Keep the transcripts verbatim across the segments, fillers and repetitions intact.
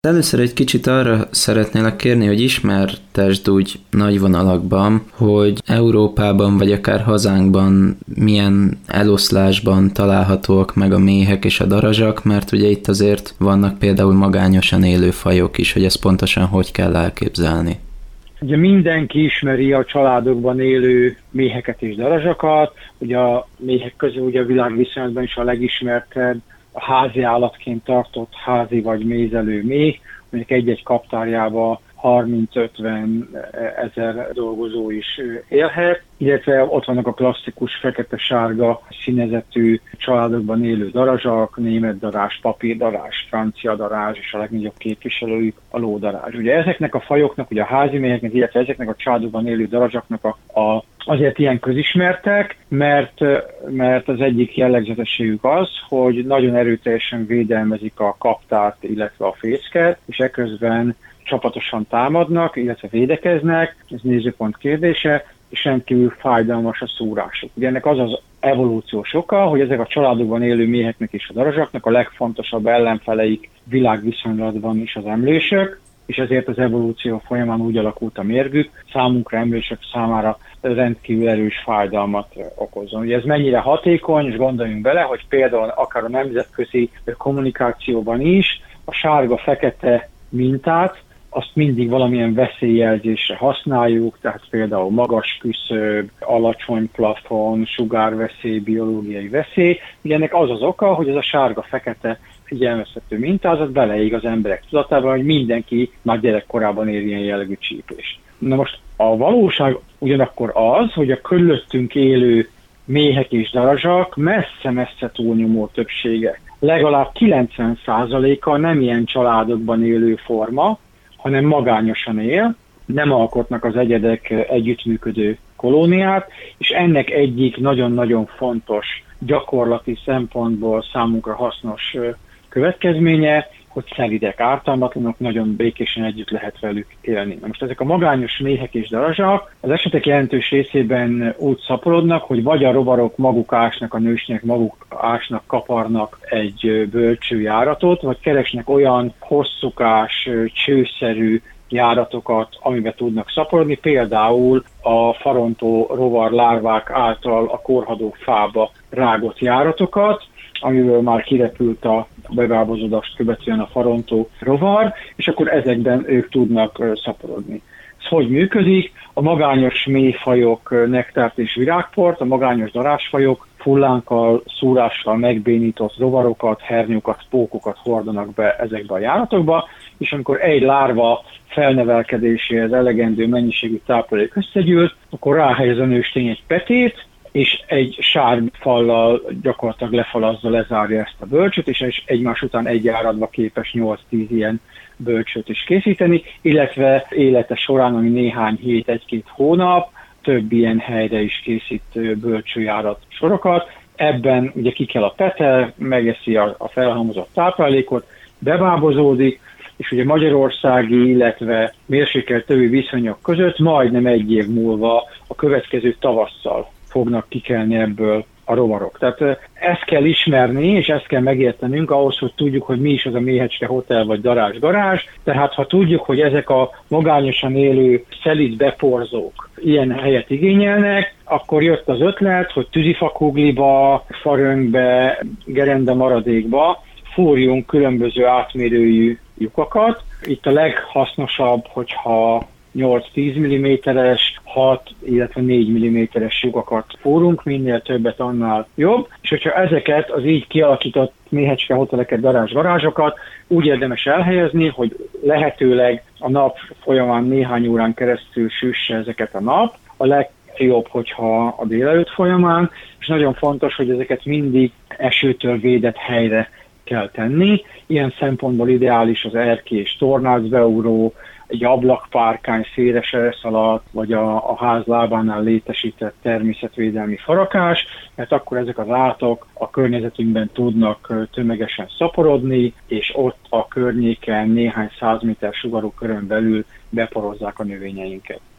Először egy kicsit arra szeretnélek kérni, hogy ismertesd úgy nagy vonalakban, hogy Európában vagy akár hazánkban milyen eloszlásban találhatóak meg a méhek és a darazsak, mert ugye itt azért vannak például magányosan élő fajok is, hogy ezt pontosan hogy kell elképzelni. Ugye mindenki ismeri a családokban élő méheket és darazsakat, ugye a méhek közül ugye a világviszonylatban is a legismertebb a házi állatként tartott házi vagy mézelő méh, mondjuk egy-egy kaptárjában harminc-ötven ezer dolgozó is élhet, illetve ott vannak a klasszikus fekete-sárga színezetű családokban élő darazsak, német darázs, papírdarázs, francia darázs, és a legnagyobb képviselőjük a lódarázs. Ugye ezeknek a fajoknak, ugye a házi méheknek, illetve ezeknek a családokban élő darazsaknak a, a, azért ilyen közismertek, mert, mert az egyik jellegzetességük az, hogy nagyon erőteljesen védelmezik a kaptárt, illetve a fészket, és eközben csapatosan támadnak, illetve védekeznek, ez nézőpont kérdése, és rendkívül fájdalmas a szúrásuk. Ugye ennek az az evolúciós oka, hogy ezek a családokban élő méheknek és a darazsaknak a legfontosabb ellenfeleik világviszonylatban is az emlősök, és ezért az evolúció folyamán úgy alakult a mérgük, számunkra, emlősök számára rendkívül erős fájdalmat okozzon. Ugye ez mennyire hatékony, és gondoljunk bele, hogy például akár a nemzetközi kommunikációban is a sárga-fekete mintát, azt mindig valamilyen veszélyjelzésre használjuk, tehát például magas küszöb, alacsony plafon, sugárveszély, biológiai veszély. Ugye ennek az az oka, hogy ez a sárga-fekete figyelmeztető mintázat beleég az emberek tudatában, hogy mindenki már gyerekkorában ér ilyen jellegű csípést. Na most a valóság ugyanakkor az, hogy a körülöttünk élő méhek és darazsak messze-messze túlnyomó többsége, legalább kilencven százaléka nem ilyen családokban élő forma, hanem magányosan él, nem alkotnak az egyedek együttműködő kolóniát, és ennek egyik nagyon-nagyon fontos gyakorlati szempontból számunkra hasznos következménye, hogy szelidek, ártalmatlanok, nagyon békésen együtt lehet velük élni. Na most ezek a magányos méhek és darazsak az esetek jelentős részében úgy szaporodnak, hogy vagy a rovarok maguk ásnak, a nősények maguk ásnak, kaparnak egy bölcső járatot, vagy keresnek olyan hosszúkás, csőszerű járatokat, amiben tudnak szaporodni, például a farontó rovar lárvák által a korhadó fába rágott járatokat, amiből már kirepült a bebábozodást követően a farontó rovar, és akkor ezekben ők tudnak szaporodni. Ez hogy működik? A magányos méhfajok nektárt és virágport, a magányos darázsfajok fullánkkal, szúrással megbénított rovarokat, hernyókat, pókokat hordanak be ezekbe a járatokba, és amikor egy lárva felnevelkedéséhez elegendő mennyiségű táplálék összegyűlt, akkor ráhelyez a nőstény egy petét, és egy sárfallal gyakorlatilag lefalazza, lezárja ezt a bölcsöt, és egymás után egy járatba képes nyolc-tíz ilyen bölcsöt is készíteni, illetve élete során, ami néhány hét, egy-két hónap, több ilyen helyre is készít bölcsőjárat sorokat. Ebben ugye ki kell a pete, megeszi a, a felhalmozott táplálékot, bebábozódik, és ugye magyarországi, illetve mérsékelt többi viszonyok között majdnem egy év múlva a következő tavasszal fognak kikelni ebből a rovarok. Tehát ezt kell ismerni, és ezt kell megértenünk ahhoz, hogy tudjuk, hogy mi is az a méhecske hotel vagy darázs garázs. Tehát ha tudjuk, hogy ezek a magányosan élő szelíd beporzók ilyen helyet igényelnek, akkor jött az ötlet, hogy tűzifakugliba, farönkbe, gerenda maradékba fúrjunk különböző átmérőjű lyukakat. Itt a leghasznosabb, hogyha nyolc-tíz milliméteres, hat, illetve négy milliméteres lyukakat fúrunk, minél többet, annál jobb. És hogyha ezeket az így kialakított méhecske hoteleket, darázs garázsokat úgy érdemes elhelyezni, hogy lehetőleg a nap folyamán néhány órán keresztül süsse ezeket a nap, a legjobb, hogyha a délelőtt folyamán, és nagyon fontos, hogy ezeket mindig esőtől védett helyre kell tenni. Ilyen szempontból ideális az erkély és tornácbeugró, egy ablakpárkány széles elszaladt, vagy a, a ház lábánál létesített természetvédelmi farakás, mert akkor ezek az állatok a környezetünkben tudnak tömegesen szaporodni, és ott a környéken néhány száz méter sugarú körön belül beporozzák a növényeinket.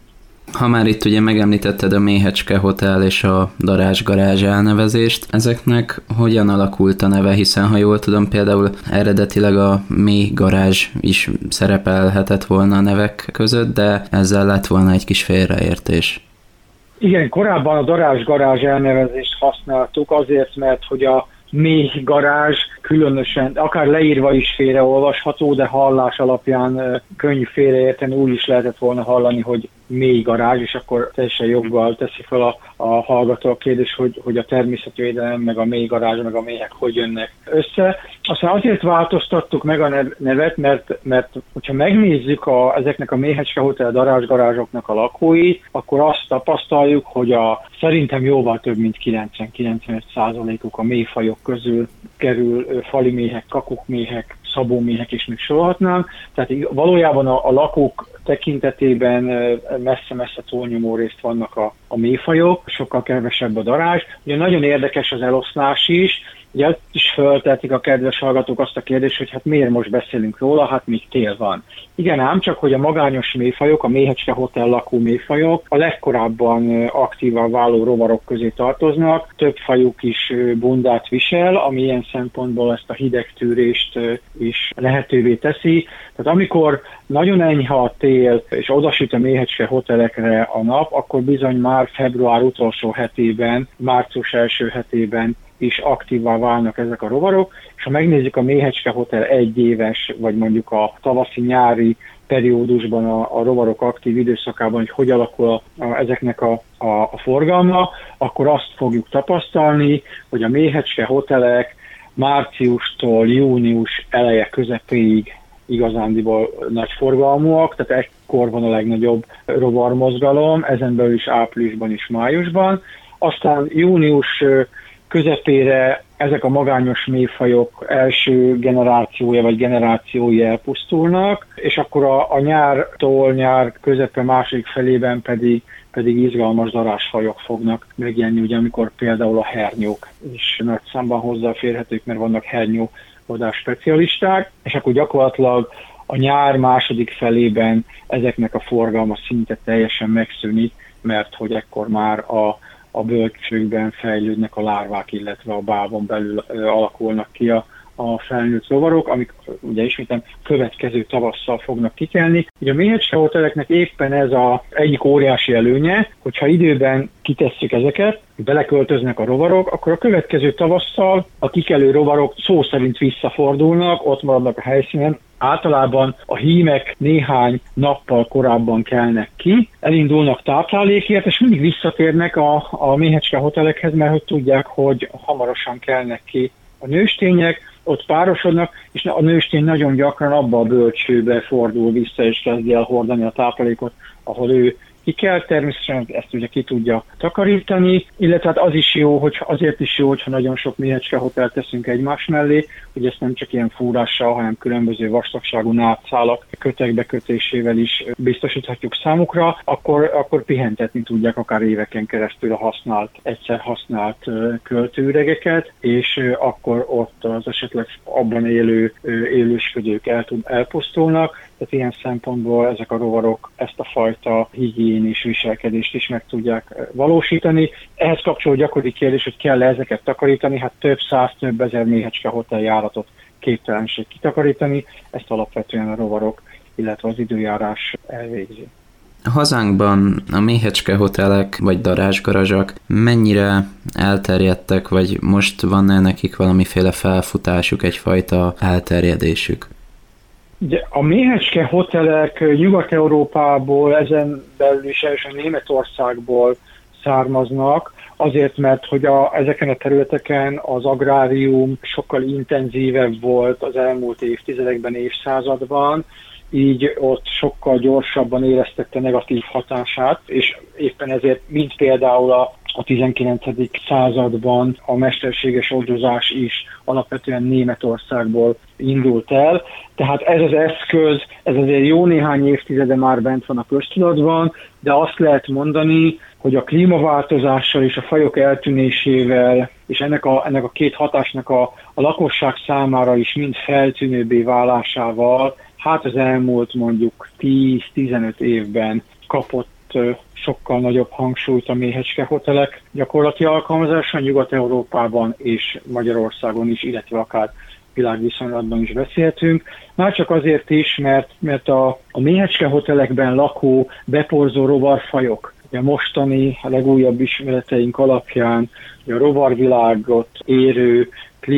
Ha már itt ugye megemlítetted a Méhecske Hotel és a Darázs Garázs elnevezést, ezeknek hogyan alakult a neve, hiszen ha jól tudom, például eredetileg a Méh Garázs is szerepelhetett volna a nevek között, de ezzel lett volna egy kis félreértés. Igen, korábban a Darázs Garázs elnevezést használtuk azért, mert hogy a Méh Garázs különösen, akár leírva is félreolvasható, de hallás alapján könnyű félreérteni, úgy is lehetett volna hallani, hogy Méh Garázs, és akkor teljesen joggal teszi fel a, a hallgató a kérdés, hogy, hogy a természetvédelem, meg a Méh Garázs, meg a méhek hogy jönnek össze. Aztán azért változtattuk meg a nevet, mert, mert hogyha megnézzük a, ezeknek a Méhecske Hotel Darázs Garázsoknak a lakóit, akkor azt tapasztaljuk, hogy a szerintem jóval több mint kilencven-kilencvenöt százalékuk a méhfajok közül kerül, fali méhek, kakukméhek, szabóméhek is még sorolhatnám. Tehát valójában a, a lakók tekintetében messze-messze túlnyomó részt vannak a, a méhfajok, sokkal kevesebb a darázs. Ugye nagyon érdekes az eloszlás is, ugye ott is föltetik a kedves hallgatók azt a kérdést, hogy hát miért most beszélünk róla, hát még tél van. Igen ám, csak hogy a magányos méhfajok, a Méhecske Hotel lakó méhfajok a legkorábban aktívá váló rovarok közé tartoznak, több fajuk is bundát visel, ami ilyen szempontból ezt a hidegtűrést is lehetővé teszi. Tehát amikor nagyon enyhe a tél, és odasüt a Méhecske Hotelekre a nap, akkor bizony már február utolsó hetében, március első hetében is aktívá válnak ezek a rovarok, és ha megnézzük a Méhecske Hotel egyéves, vagy mondjuk a tavaszi-nyári periódusban, a, a rovarok aktív időszakában, hogy hogy alakul a, a, ezeknek a, a, a forgalma, akkor azt fogjuk tapasztalni, hogy a Méhecske Hotelek márciustól június eleje közepéig igazándiból nagy forgalmúak, tehát ekkor van a legnagyobb rovarmozgalom, ezen belül is áprilisban és májusban. Aztán június közepére ezek a magányos méhfajok első generációja vagy generációi elpusztulnak, és akkor a, a nyártól nyár közepe második felében pedig, pedig izgalmas darázsfajok fognak megjelenni, ugye amikor például a hernyók is nagy számban hozzáférhetők, mert vannak hernyóvadás specialisták, és akkor gyakorlatilag a nyár második felében ezeknek a forgalma szinte teljesen megszűnik, mert hogy ekkor már a a bölcsőkben fejlődnek a lárvák, illetve a bálban belül alakulnak ki a, a felnőtt rovarok, amik ugye ismétem következő tavasszal fognak kikelni. Ugye a Méhecske Hoteleknek éppen ez az egyik óriási előnye, hogyha időben kitesszük ezeket, beleköltöznek a rovarok, akkor a következő tavasszal a kikelő rovarok szó szerint visszafordulnak, ott maradnak a helyszínen. Általában a hímek néhány nappal korábban kelnek ki, elindulnak táplálékért, és mindig visszatérnek a, a Méhecske Hotelekhez, mert hogy tudják, hogy hamarosan kelnek ki a nőstények, ott párosodnak, és a nőstény nagyon gyakran abba a bölcsőbe fordul vissza, és kezdi el hordani a táplálékot, ahol ő ki kell, természetesen ezt ugye ki tudja takarítani, illetve hát az is jó, hogy azért is jó, hogyha nagyon sok Méhecske Hotelt teszünk egymás mellé, hogy ezt nem csak ilyen fúrással, hanem különböző vastagságú nátszálak kötekbekötésével is biztosíthatjuk számukra, akkor, akkor pihentetni tudják akár éveken keresztül a használt, egyszer használt költőüregeket, és akkor ott az esetleg abban élő élősködők el tud, elpusztulnak, tehát ilyen szempontból ezek a rovarok ezt a fajta higiénis viselkedést is meg tudják valósítani. Ehhez kapcsolódó gyakori kérdés, hogy kell ezeket takarítani, hát több száz, több ezer Méhecske Hotel járatot képtelenség kitakarítani, ezt alapvetően a rovarok, illetve az időjárás elvégzi. A hazánkban a Méhecske Hotelek vagy darázsgarazsak mennyire elterjedtek, vagy most van-e nekik valamiféle felfutásuk, egyfajta elterjedésük? Ugye a Méhecske Hotelek Nyugat-Európából, ezen belül is elsősorban Németországból származnak, azért, mert hogy a, ezeken a területeken az agrárium sokkal intenzívebb volt az elmúlt évtizedekben, évszázadban, így ott sokkal gyorsabban éreztette negatív hatását, és éppen ezért, mint például a, a tizenkilencedik században a mesterséges oldozás is alapvetően Németországból indult el. Tehát ez az eszköz, ez azért jó néhány évtizede már bent van a köztudatban, de azt lehet mondani, hogy a klímaváltozással és a fajok eltűnésével, és ennek a, ennek a két hatásnak a, a lakosság számára is mind feltűnőbbé válásával, hát az elmúlt mondjuk tíz-tizenöt évben kapott kapott sokkal nagyobb hangsúlyt a méhecskehotelek gyakorlati alkalmazása Nyugat-Európában és Magyarországon is, illetve akár világviszonylatban is beszéltünk. Már csak azért is, mert, mert a, a méhecskehotelekben lakó beporzó rovarfajok, a mostani, a legújabb ismereteink alapján a rovarvilágot érő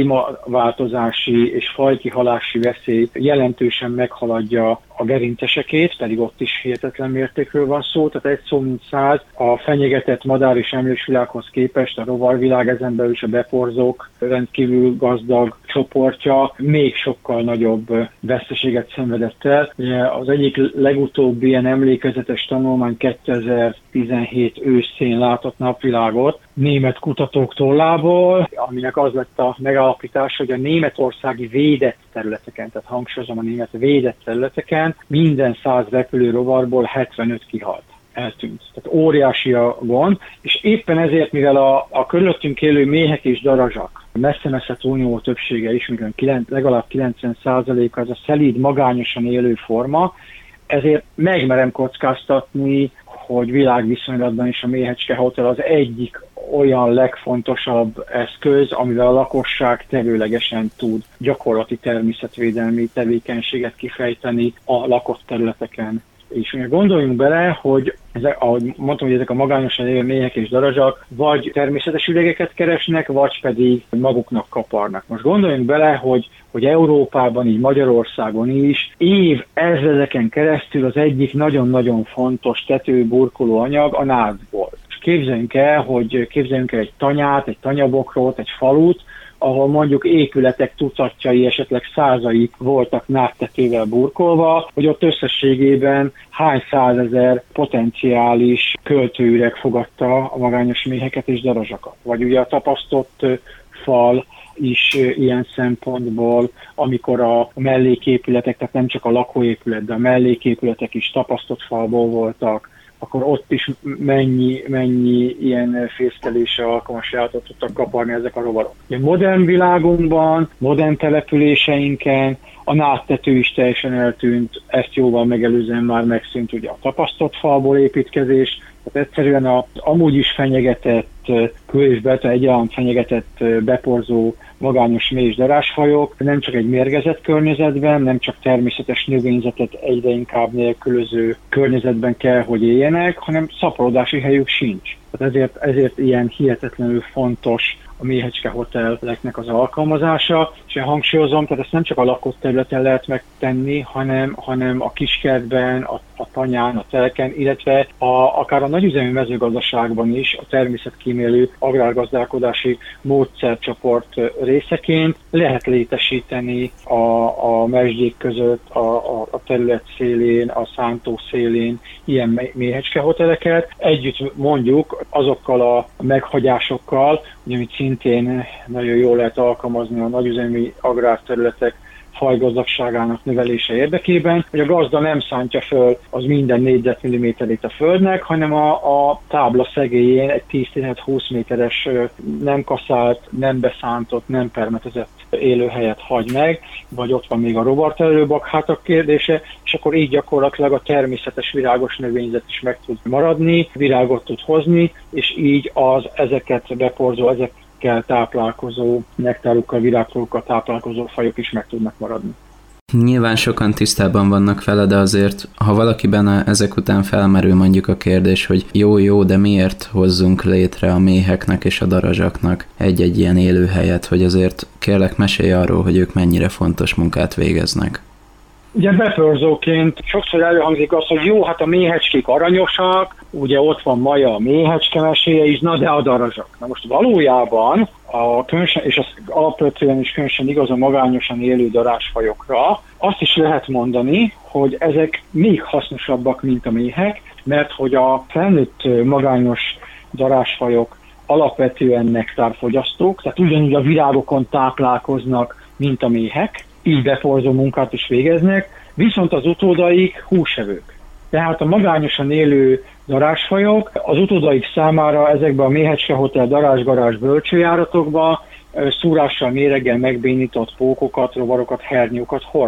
klímaváltozási és fajkihalási veszélyt jelentősen meghaladja a gerincesekét, pedig ott is hihetetlen mértékről van szó, tehát egy szó mint száz, a fenyegetett madár és emlősvilághoz képest a rovarvilág, ezen belül is a beporzók rendkívül gazdag csoportja még sokkal nagyobb veszteséget szenvedett el. Az egyik legutóbbi ilyen emlékezetes tanulmány kétezer-tizenhét őszén látott napvilágot német kutatók tollából, aminek az lett a megállapítás, hogy a németországi védett területeken, tehát hangsúlyozom a német védett területeken, minden száz repülő rovarból hetvenöt kihalt, eltűnt. Tehát óriási a gond, és éppen ezért, mivel a, a körülöttünk élő méhek és darazsak, messze-messze túlnyomó többsége is, mikor legalább kilencven százalék az a szelíd, magányosan élő forma, ezért megmerem kockáztatni, hogy világviszonylatban is a méhecskehotel az egyik olyan legfontosabb eszköz, amivel a lakosság tevőlegesen tud gyakorlati természetvédelmi tevékenységet kifejteni a lakott területeken. És gondoljunk bele, hogy ezek, ahogy mondtam, hogy ezek a magányosan élő méhek és darazsak vagy természetes üregeket keresnek, vagy pedig maguknak kaparnak. Most gondoljunk bele, hogy, hogy Európában, így Magyarországon is év ezredeken keresztül az egyik nagyon-nagyon fontos tetőburkoló anyag a nászból. És képzeljünk el, hogy képzeljünk el egy tanyát, egy tanyabokrot, egy falut, ahol mondjuk épületek tucatjai, esetleg százai voltak nádtetővel burkolva, hogy ott összességében hány százezer potenciális költőüreg fogadta a magányos méheket és darazsakat. Vagy ugye a tapasztott fal is ilyen szempontból, amikor a melléképületek, tehát nem csak a lakóépület, de a melléképületek is tapasztott falból voltak, akkor ott is mennyi, mennyi ilyen fészkelésre alkalmas járatot tudtak kaparni ezek a rovarok. A modern világunkban, modern településeinken a nádtető is teljesen eltűnt, ezt jóval megelőzően már megszűnt ugye a tapasztott falból építkezés, tehát egyszerűen az amúgy is fenyegetett, kő-és-beta egyaránt fenyegetett beporzó magányos méh- és darázsfajok nem csak egy mérgezett környezetben, nem csak természetes növényzetet egyre inkább nélkülöző környezetben kell, hogy éljenek, hanem szaporodási helyük sincs. Tehát ezért, ezért ilyen hihetetlenül fontos a méhecskehoteleknek az alkalmazása, és én hangsúlyozom, tehát ezt nem csak a lakott területen lehet megtenni, hanem, hanem a kiskertben, a, a tanyán, a telken, illetve a, akár a nagyüzemű mezőgazdaságban is a természetkímélő agrárgazdálkodási módszercsoport részeként lehet létesíteni a, a mesdjék között, a, a, a terület szélén, a szántó szélén ilyen méhecskehoteleket. Együtt mondjuk azokkal a meghagyásokkal, ugye, amit szintén nagyon jól lehet alkalmazni a nagyüzemi agrárterületek fajgazdagságának növelése érdekében, hogy a gazda nem szántja föl az minden négyzetmilliméterét a földnek, hanem a, a tábla szegélyén egy tíz-tizenöt-húsz méteres nem kaszált, nem beszántott, nem permetezett élőhelyet hagy meg, vagy ott van még a rovarterelő bakhátak kérdése, és akkor így gyakorlatilag a természetes virágos növényzet is meg tud maradni, virágot tud hozni, és így az ezeket beporzó, ezek kell táplálkozó, nektárukkal, virágfogokkal táplálkozó fajok is meg tudnak maradni. Nyilván sokan tisztában vannak vele, de azért, ha valakiben ezek után felmerül mondjuk a kérdés, hogy jó-jó, de miért hozzunk létre a méheknek és a darazsaknak egy-egy ilyen élőhelyet, hogy azért kérlek mesélj arról, hogy ők mennyire fontos munkát végeznek. Ugye beporzóként sokszor előhangzik az, hogy jó, hát a méhecskék aranyosak, ugye ott van Maja a méhecske meséje is, na de a darazsak. Na most valójában, a különösen, és az alapvetően is különösen igaz a magányosan élő darázsfajokra, azt is lehet mondani, hogy ezek még hasznosabbak, mint a méhek, mert hogy a felnőtt magányos darázsfajok alapvetően nektárfogyasztók, tehát ugyanúgy a virágokon táplálkoznak, mint a méhek, így beporzó munkát is végeznek, viszont az utódaik húsevők. Tehát a magányosan élő darázsfajok az utódaik számára ezekben a méhecskehotel, darázsgarázs bölcsőjáratokba szúrással, méreggel megbénított pókokat, rovarokat, hernyókat hordanak.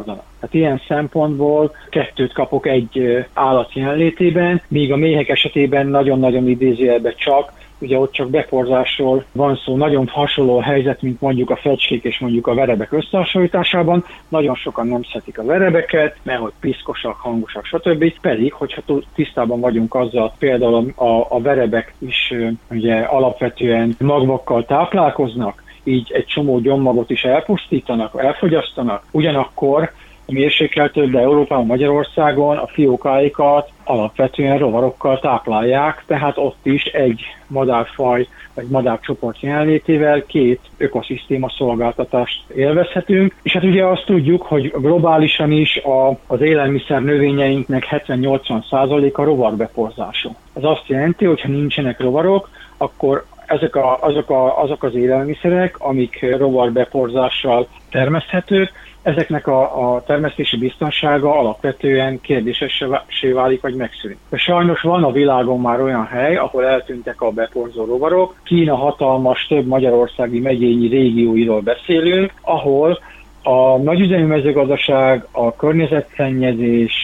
Hát ilyen szempontból kettőt kapok egy állat jelenlétében, míg a méhek esetében nagyon-nagyon idézőjelben csak, ugye ott csak beporzásról van szó, nagyon hasonló a helyzet, mint mondjuk a fecskék és mondjuk a verebek összehasonlításában. Nagyon sokan nem szeretik a verebeket, mert hogy piszkosak, hangosak, stb. Pedig, hogyha tisztában vagyunk azzal, például a, a verebek is ugye alapvetően magvakkal táplálkoznak, így egy csomó gyommagot is elpusztítanak, elfogyasztanak, ugyanakkor a mérsékeltebb, de Európában, Magyarországon a fiókáikat alapvetően rovarokkal táplálják, tehát ott is egy madárfaj vagy madárcsoport jelenlétével két ökoszisztéma szolgáltatást élvezhetünk. És hát ugye azt tudjuk, hogy globálisan is a, az élelmiszer növényeinknek hetven-nyolcvan százaléka rovarbeporzású. Ez azt jelenti, hogy ha nincsenek rovarok, akkor ezek, a, azok, a, azok az élelmiszerek, amik rovarbeporzással termeszthetők, ezeknek a, a termesztési biztonsága alapvetően kérdésessé válik, vagy megszűnik. De sajnos van a világon már olyan hely, ahol eltűntek a beporzó rovarok. Kína hatalmas, több magyarországi megyényi régióiról beszélünk, ahol a nagyüzemi mezőgazdaság, a környezetszennyezés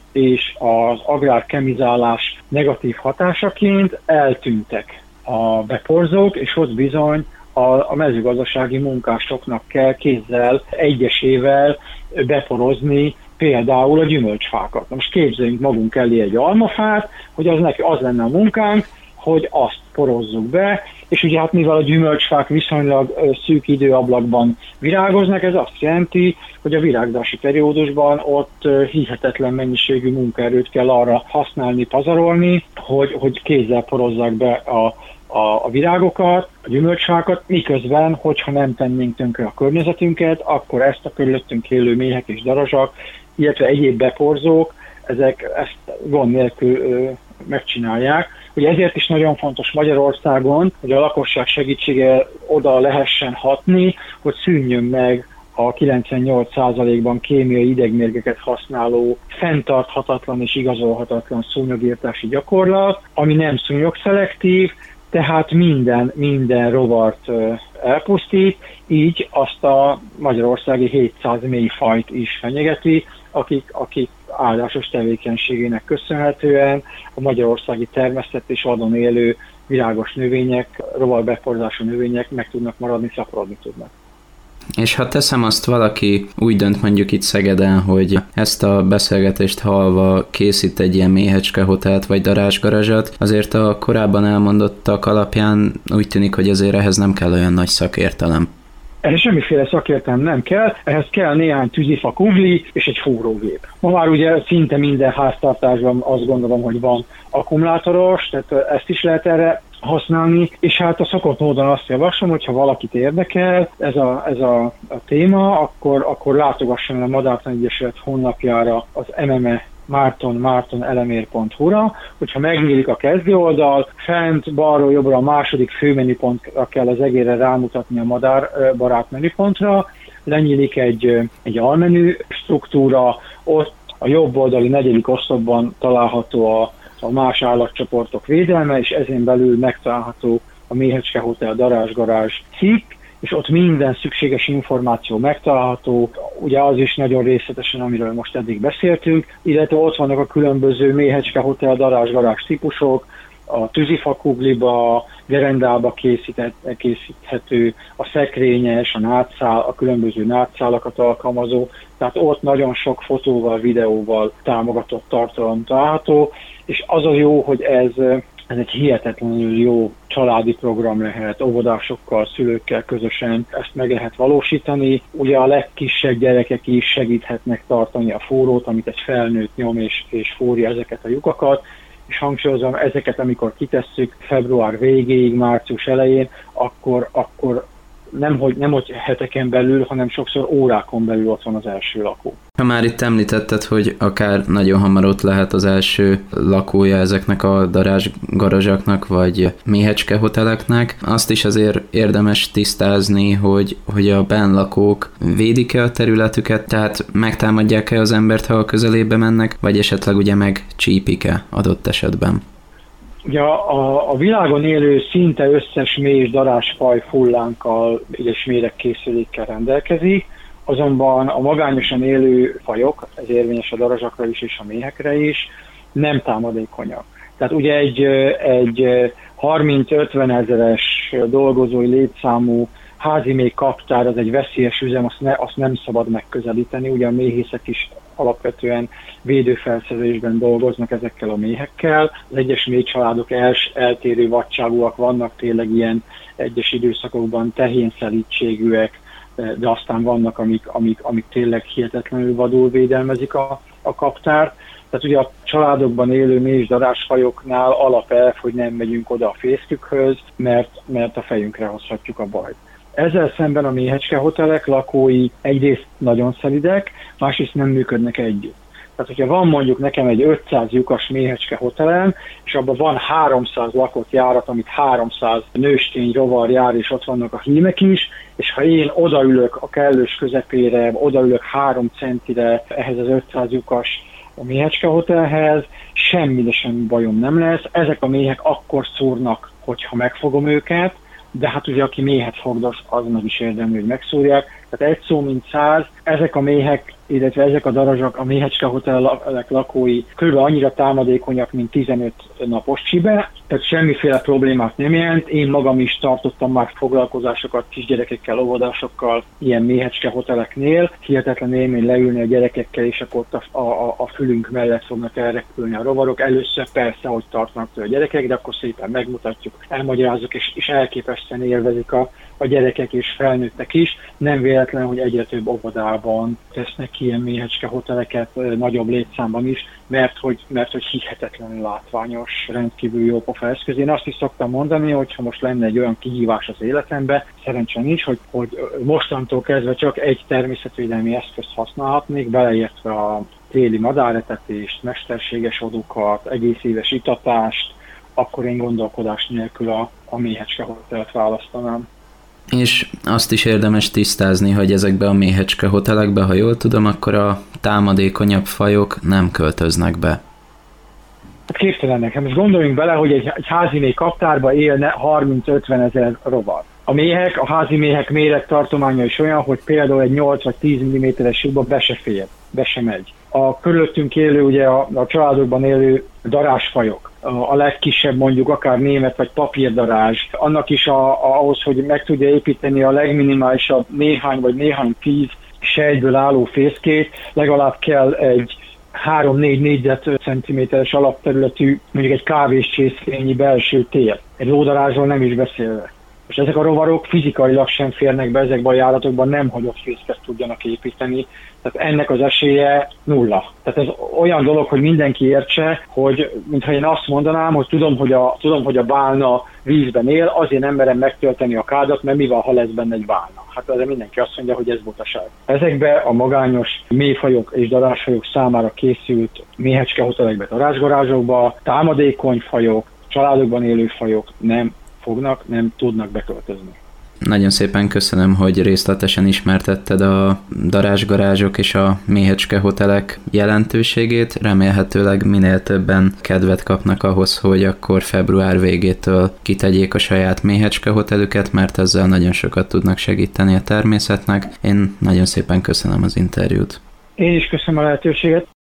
és az agrárkemizálás negatív hatásaként eltűntek a beporzók, és ott bizony a mezőgazdasági munkásoknak kell kézzel, egyesével beporozni például a gyümölcsfákat. Most képzeljünk magunk elé egy almafát, hogy az, neki, az lenne a munkánk, hogy azt porozzuk be, és ugye hát mivel a gyümölcsfák viszonylag szűk időablakban virágoznak, ez azt jelenti, hogy a virágzási periódusban ott hihetetlen mennyiségű munkaerőt kell arra használni, pazarolni, hogy, hogy kézzel porozzák be a A, a virágokat, a gyümölcsfákat, miközben, hogyha nem tennénk tönkre a környezetünket, akkor ezt a körülöttünk élő méhek és darazsak, illetve egyéb beporzók, ezek ezt gond nélkül ö, megcsinálják. Ugye ezért is nagyon fontos Magyarországon, hogy a lakosság segítsége oda lehessen hatni, hogy szűnjön meg a kilencvennyolc százalékban kémiai idegmérgeket használó, fenntarthatatlan és igazolhatatlan szúnyogírtási gyakorlat, ami nem szúnyogszelektív, tehát minden, minden rovart elpusztít, így azt a magyarországi hétszáz mélyfajt is fenyegeti, akik, akik áldásos tevékenységének köszönhetően a magyarországi termesztett és vadon élő virágos növények, rovarbeporzású növények meg tudnak maradni, szaporodni tudnak. És ha teszem azt, valaki úgy dönt mondjuk itt Szegeden, hogy ezt a beszélgetést hallva készít egy ilyen méhecskehotelt vagy darázsgarazsat, azért a korábban elmondottak alapján úgy tűnik, hogy azért ehhez nem kell olyan nagy szakértelem. Ehhez semmiféle szakértelem nem kell, ehhez kell néhány tűzifa kugli és egy fúrógép. Ma már ugye szinte minden háztartásban azt gondolom, hogy van akkumulátoros, tehát ezt is lehet erre használni, és hát a szokott módon azt javaslom, hogyha valakit érdekel ez a, ez a, a téma, akkor, akkor látogasson a Madártani Egyesület honlapjára az em em e márton márton elemér pont hu-ra, hogyha megnyílik a kezdő oldal, fent balról jobbra a második főmenüpontra kell az egérre rámutatni a madárbarát menüpontra, lenyílik egy, egy almenü struktúra, ott a jobb oldali negyedik oszlopban található a a más állatcsoportok védelme, és ezen belül megtalálható a Méhecske Hotel darázsgarázs cikk, és ott minden szükséges információ megtalálható, ugye az is nagyon részletesen, amiről most eddig beszéltünk, illetve ott vannak a különböző Méhecske Hotel darázsgarázs típusok, a tűzifakugliba, a gerendába készíthető, a szekrényes, a nátszál, a különböző nátszálakat alkalmazó, tehát ott nagyon sok fotóval, videóval támogatott tartalom található, és az a jó, hogy ez, ez egy hihetetlenül jó családi program lehet, óvodásokkal, szülőkkel közösen ezt meg lehet valósítani. Ugye a legkisebb gyerekek is segíthetnek tartani a fórót, amit egy felnőtt nyom és, és fúrja ezeket a lyukakat, és hangsúlyozom, ezeket amikor kitesszük február végéig, március elején, akkor, akkor nem hogy, nem hogy heteken belül, hanem sokszor órákon belül ott van az első lakó. Ha már itt említetted, hogy akár nagyon hamar ott lehet az első lakója ezeknek a darázsgarazsaknak, vagy méhecskehoteleknek, azt is azért érdemes tisztázni, hogy, hogy a bennlakók védik-e a területüket, tehát megtámadják-e az embert, ha a közelébe mennek, vagy esetleg ugye megcsípik-e adott esetben? Ugye a, a világon élő szinte összes méh és darázsfaj fullánkkal és méregkészülékkel rendelkezik. azonban a magányosan élő fajok, ez érvényes a darazsakra is és a méhekre is, nem támadékonyak. Tehát ugye egy, egy harminc-ötven ezeres dolgozói létszámú házi méh kaptár, az egy veszélyes üzem, azt, ne, azt nem szabad megközelíteni, ugye a méhészek is alapvetően védőfelszerelésben dolgoznak ezekkel a méhekkel. Az egyes méhcsaládok els, eltérő vadságúak vannak, tényleg ilyen egyes időszakokban tehénszelítségűek, de aztán vannak, amik, amik, amik tényleg hihetetlenül vadul védelmezik a, a kaptárt. Tehát ugye a családokban élő méh- és darázsfajoknál alapelv, hogy nem megyünk oda a fészkükhöz, mert, mert a fejünkre hozhatjuk a bajt. Ezzel szemben a méhecskehotelek lakói egyrészt nagyon szelidek, másrészt nem működnek együtt. Tehát, hogyha van mondjuk nekem egy ötszáz lyukas méhecskehotelem, és abban van háromszáz lakott járat, amit háromszáz nőstény, rovar jár, és ott vannak a hímek is, és ha én odaülök a kellős közepére, odaülök három centire ehhez az ötszáz lyukas a méhecskehotelhez, semmi, de semmi bajom nem lesz. Ezek a méhek akkor szúrnak, hogyha megfogom őket, de hát ugye aki méhet fogdos, az meg is érdemli, hogy megszúrják. Tehát egy szó mint száz, ezek a méhek, illetve ezek a darazsak, a méhecskehotelek lakói körülbelül annyira támadékonyak, mint tizenöt napos csibe, tehát semmiféle problémát nem jelent. Én magam is tartottam már foglalkozásokat kisgyerekekkel, óvodásokkal ilyen méhecskehoteleknél. Hihetetlen élmény leülni a gyerekekkel, és akkor ott a, a, a fülünk mellett fognak elrepülni a rovarok. Először persze, hogy tartanak tőle a gyerekek, de akkor szépen megmutatjuk, elmagyarázzuk, és, és elképesztően élvezik a, a gyerekek és felnőttek is. Nem véletlen, hogy egyre több óvodában tesznek ilyen méhecskehoteleket, nagyobb létszámban is, mert hogy, mert hogy hihetetlenül látványos, rendkívül jó pofa eszköz. Én azt is szoktam mondani, hogy ha most lenne egy olyan kihívás az életemben, szerencsém nincs, hogy, hogy mostantól kezdve csak egy természetvédelmi eszközt használhatnék, beleértve a téli madáretetést, mesterséges odukat, egész éves itatást, akkor én gondolkodás nélkül a, a méhecskehotelt választanám. És azt is érdemes tisztázni, hogy ezekbe a méhecskehotelekbe, ha jól tudom, akkor a támadékonyabb fajok nem költöznek be. Hát képtelenek. Most gondoljunk bele, hogy egy, egy házi méh kaptárba élne harminc-ötven ezer rovar. A méhek, a házi méhek mérettartománya is olyan, hogy például egy nyolc vagy tíz milliméteres lyukba be se fér, be se megy. A körülöttünk élő, ugye a, a családokban élő darázsfajok, a, a legkisebb mondjuk akár német vagy papírdarázs, annak is a, a, ahhoz, hogy meg tudja építeni a legminimálisabb néhány vagy néhány tíz sejtből álló fészkét, legalább kell egy három-négy négyzetcentiméteres alapterületű, mondjuk egy kávéscsészkényi belső tér. Egy lódarázsról nem is beszélve. És ezek a rovarok fizikailag sem férnek be ezekben a járatokban, nem hagyott fészket tudjanak építeni. Tehát ennek az esélye nulla. Tehát ez olyan dolog, hogy mindenki értse, hogy mintha én azt mondanám, hogy tudom, hogy a, tudom, hogy a bálna vízben él, azért nem merem megtölteni a kádat, mert mi van, ha lesz benne egy bálna. Hát azért mindenki azt mondja, hogy ez butaság. Ezekbe a magányos méhfajok és darázsfajok számára készült méhecskehotelekbe, darázsgarázsokba, támadékony fajok, családokban élő fajok nem fognak, nem tudnak beköltözni. Nagyon szépen köszönöm, hogy részletesen ismertetted a darázsgarázsok és a méhecskehotelek jelentőségét. Remélhetőleg minél többen kedvet kapnak ahhoz, hogy akkor február végétől kitegyék a saját méhecskehotelüket, mert ezzel nagyon sokat tudnak segíteni a természetnek. Én nagyon szépen köszönöm az interjút. Én is köszönöm a lehetőséget.